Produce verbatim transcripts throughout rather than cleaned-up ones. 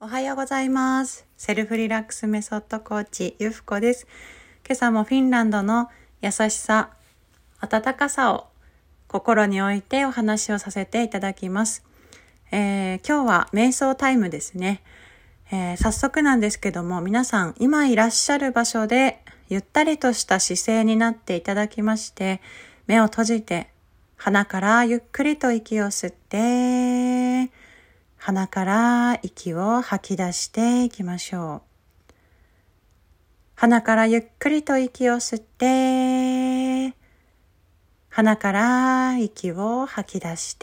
おはようございます。セルフリラックスメソッドコーチゆふこです。今朝もフィンランドの優しさ、温かさを心に置いてお話をさせていただきます。えー、今日は瞑想タイムですね、えー、早速なんですけども、皆さん今いらっしゃる場所でゆったりとした姿勢になっていただきまして、目を閉じて鼻からゆっくりと息を吸って鼻から息を吐き出していきましょう。鼻からゆっくりと息を吸って鼻から息を吐き出して、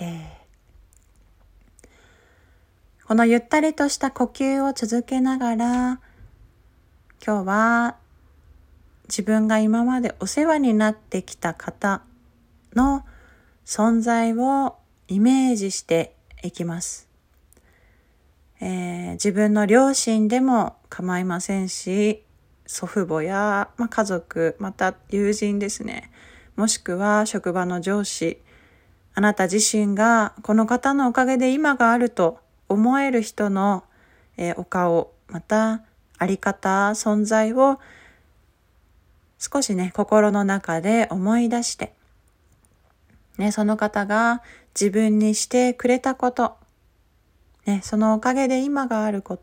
このゆったりとした呼吸を続けながら、今日は自分が今までお世話になってきた方の存在をイメージしていきます。えー、自分の両親でも構いませんし、祖父母や、まあ、家族、また友人ですね。もしくは職場の上司、あなた自身がこの方のおかげで今があると思える人の、えー、お顔、またあり方、存在を少しね、心の中で思い出して、ね、その方が自分にしてくれたこと、ね、そのおかげで今があること、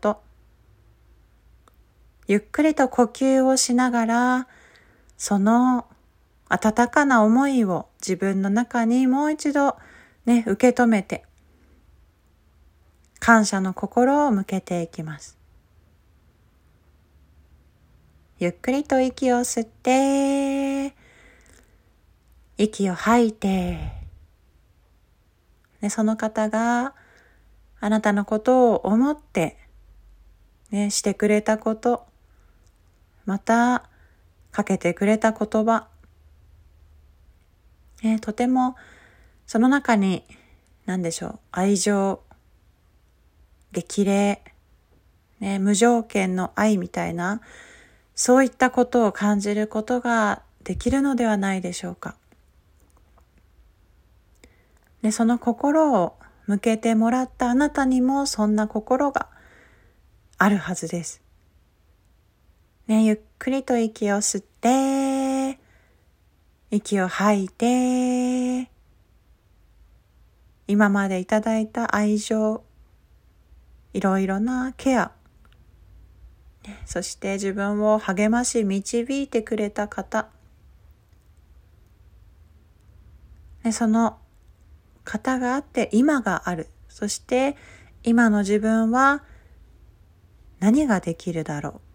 ゆっくりと呼吸をしながら、その温かな思いを自分の中にもう一度ね、受け止めて、感謝の心を向けていきます。ゆっくりと息を吸って、息を吐いて、ね、その方があなたのことを思って、ね、してくれたこと、またかけてくれた言葉、ね、とてもその中に何でしょう、愛情、激励、ね、無条件の愛みたいな、そういったことを感じることができるのではないでしょうか。ね、その心を向けてもらったあなたにもそんな心があるはずです。ね、ゆっくりと息を吸って、息を吐いて、今までいただいた愛情、いろいろなケア、ね、そして自分を励まし導いてくれた方、ね、その方があって今がある。そして今の自分は何ができるだろ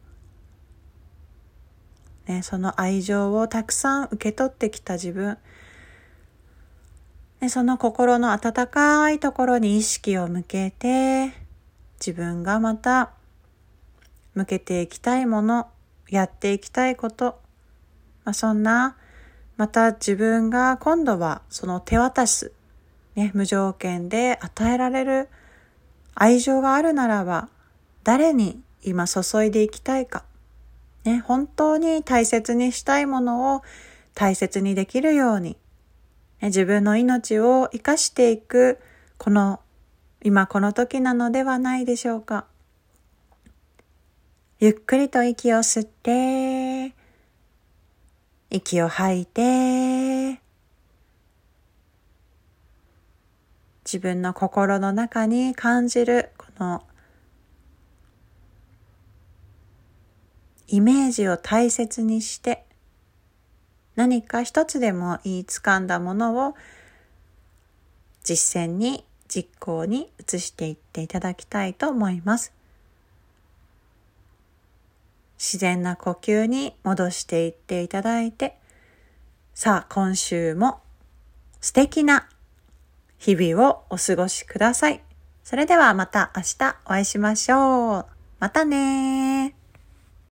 う。ね、その愛情をたくさん受け取ってきた自分。ね、その心の温かいところに意識を向けて、自分がまた向けていきたいもの、やっていきたいこと、まあ、そんな、また自分が今度はその手渡す、ね、無条件で与えられる愛情があるならば、誰に今注いでいきたいか、ね、本当に大切にしたいものを大切にできるように、ね、自分の命を生かしていく、この今この時なのではないでしょうか。ゆっくりと息を吸って、息を吐いて、自分の心の中に感じるこのイメージを大切にして、何か一つでもいい掴んだものを実践に実行に移していっていただきたいと思います。自然な呼吸に戻していっていただいて、さあ今週も素敵な日々をお過ごしください。それではまた明日お会いしましょう。またねー。